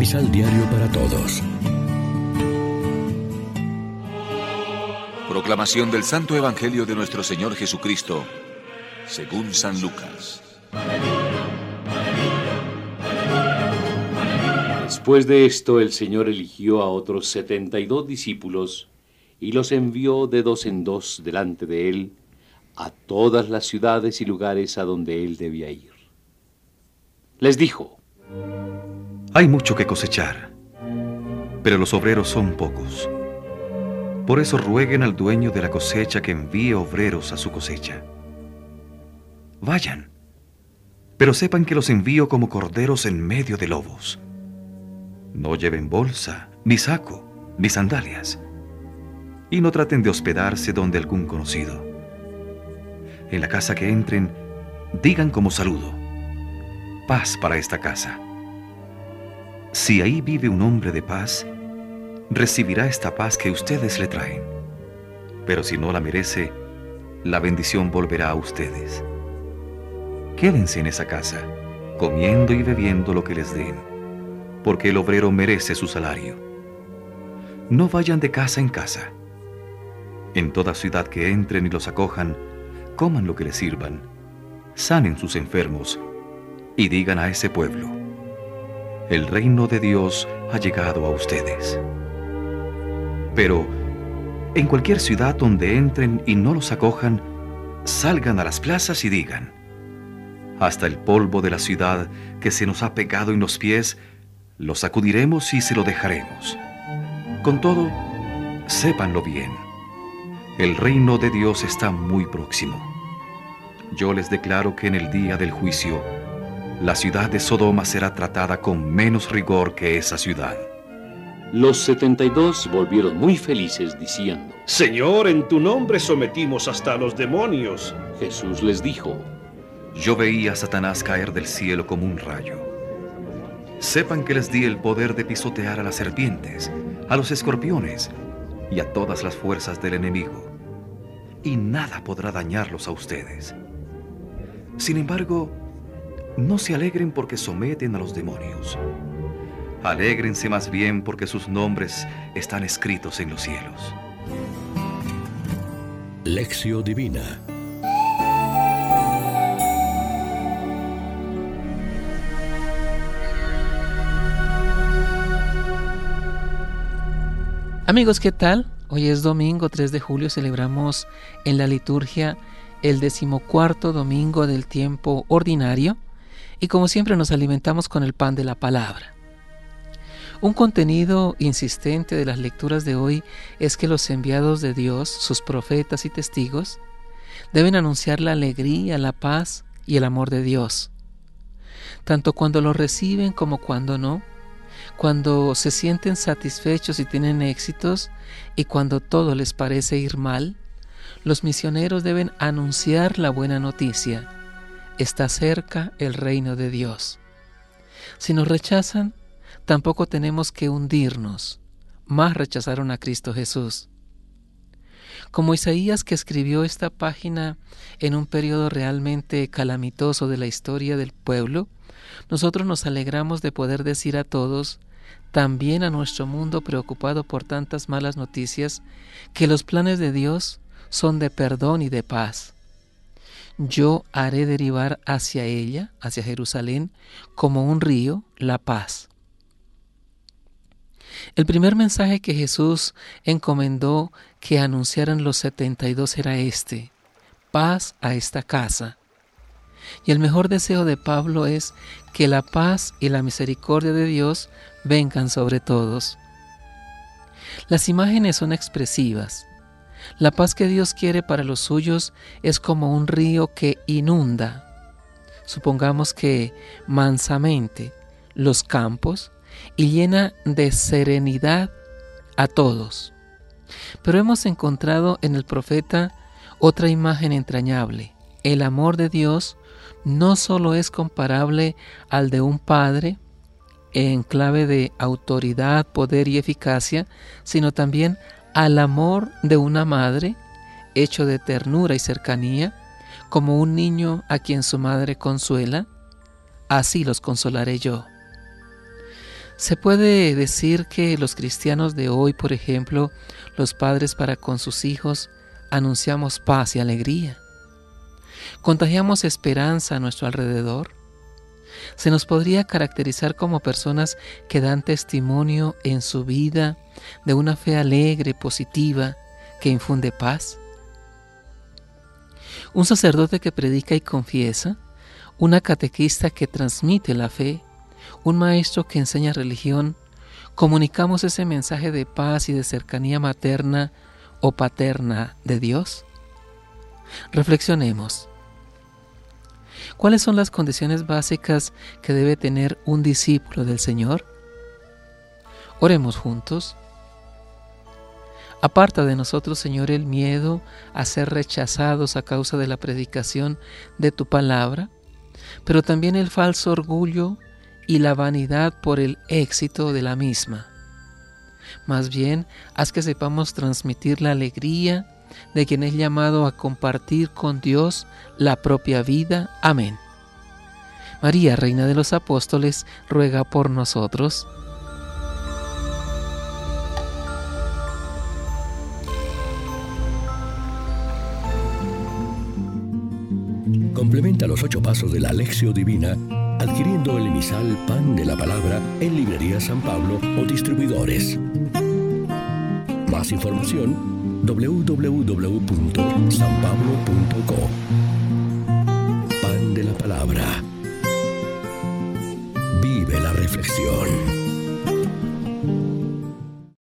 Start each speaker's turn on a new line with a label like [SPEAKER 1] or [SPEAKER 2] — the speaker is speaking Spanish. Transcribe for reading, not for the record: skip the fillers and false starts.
[SPEAKER 1] Misal Diario para Todos.
[SPEAKER 2] Proclamación del Santo Evangelio de nuestro Señor Jesucristo, según San Lucas.
[SPEAKER 3] Después de esto, el Señor eligió a otros 72 discípulos y los envió de dos en dos delante de él a todas las ciudades y lugares a donde él debía ir. Les dijo:
[SPEAKER 4] Hay mucho que cosechar, pero los obreros son pocos. Por eso rueguen al dueño de la cosecha que envíe obreros a su cosecha. Vayan, pero sepan que los envío como corderos en medio de lobos. No lleven bolsa, ni saco, ni sandalias, y no traten de hospedarse donde algún conocido. En la casa que entren, digan como saludo: paz para esta casa. Si ahí vive un hombre de paz, recibirá esta paz que ustedes le traen. Pero si no la merece, la bendición volverá a ustedes. Quédense en esa casa, comiendo y bebiendo lo que les den, porque el obrero merece su salario. No vayan de casa en casa. En toda ciudad que entren y los acojan, coman lo que les sirvan, sanen sus enfermos y digan a ese pueblo: el reino de Dios ha llegado a ustedes. Pero en cualquier ciudad donde entren y no los acojan, salgan a las plazas y digan: hasta el polvo de la ciudad que se nos ha pegado en los pies, lo sacudiremos y se lo dejaremos. Con todo, sépanlo bien: el reino de Dios está muy próximo. Yo les declaro que en el día del juicio, la ciudad de Sodoma será tratada con menos rigor que esa ciudad.
[SPEAKER 3] Los 72 volvieron muy felices, diciendo:
[SPEAKER 5] Señor, en tu nombre sometimos hasta a los demonios.
[SPEAKER 3] Jesús les dijo:
[SPEAKER 4] Yo veía a Satanás caer del cielo como un rayo. Sepan que les di el poder de pisotear a las serpientes, a los escorpiones y a todas las fuerzas del enemigo, y nada podrá dañarlos a ustedes. Sin embargo, no se alegren porque someten a los demonios. Alégrense más bien porque sus nombres están escritos en los cielos.
[SPEAKER 1] Lección Divina.
[SPEAKER 6] Amigos, ¿qué tal? Hoy es domingo 3 de julio, celebramos en la liturgia el 14º domingo del tiempo ordinario y como siempre nos alimentamos con el pan de la palabra. Un contenido insistente de las lecturas de hoy es que los enviados de Dios, sus profetas y testigos, deben anunciar la alegría, la paz y el amor de Dios, tanto cuando lo reciben como cuando no, cuando se sienten satisfechos y tienen éxitos y cuando todo les parece ir mal. Los misioneros deben anunciar la buena noticia: está cerca el reino de Dios. Si nos rechazan, tampoco tenemos que hundirnos, más rechazaron a Cristo Jesús. Como Isaías, que escribió esta página en un periodo realmente calamitoso de la historia del pueblo, nosotros nos alegramos de poder decir a todos, también a nuestro mundo preocupado por tantas malas noticias, que los planes de Dios son de perdón y de paz. Yo haré derivar hacia ella, hacia Jerusalén, como un río, la paz. El primer mensaje que Jesús encomendó que anunciaran los 72 era este: paz a esta casa. Y el mejor deseo de Pablo es que la paz y la misericordia de Dios vengan sobre todos. Las imágenes son expresivas. La paz que Dios quiere para los suyos es como un río que inunda, supongamos que mansamente, los campos y llena de serenidad a todos. Pero hemos encontrado en el profeta otra imagen entrañable. El amor de Dios no solo es comparable al de un padre en clave de autoridad, poder y eficacia, sino también al amor de una madre, hecho de ternura y cercanía, como un niño a quien su madre consuela, así los consolaré yo. Se puede decir que los cristianos de hoy, por ejemplo, los padres para con sus hijos, anunciamos paz y alegría. Contagiamos esperanza a nuestro alrededor. Se nos podría caracterizar como personas que dan testimonio en su vida de una fe alegre, positiva, que infunde paz. Un sacerdote que predica y confiesa, una catequista que transmite la fe, un maestro que enseña religión, comunicamos ese mensaje de paz y de cercanía materna o paterna de Dios. Reflexionemos. ¿Cuáles son las condiciones básicas que debe tener un discípulo del Señor? Oremos juntos. Aparta de nosotros, Señor, el miedo a ser rechazados a causa de la predicación de tu palabra, pero también el falso orgullo y la vanidad por el éxito de la misma. Más bien, haz que sepamos transmitir la alegría de quien es llamado a compartir con Dios la propia vida. Amén. María, Reina de los Apóstoles, ruega por nosotros.
[SPEAKER 1] Complementa los 8 pasos de la Lección Divina adquiriendo el emisal Pan de la Palabra en Librería San Pablo o distribuidores. Más información www.sanpablo.co. Pan de la Palabra. Vive la reflexión.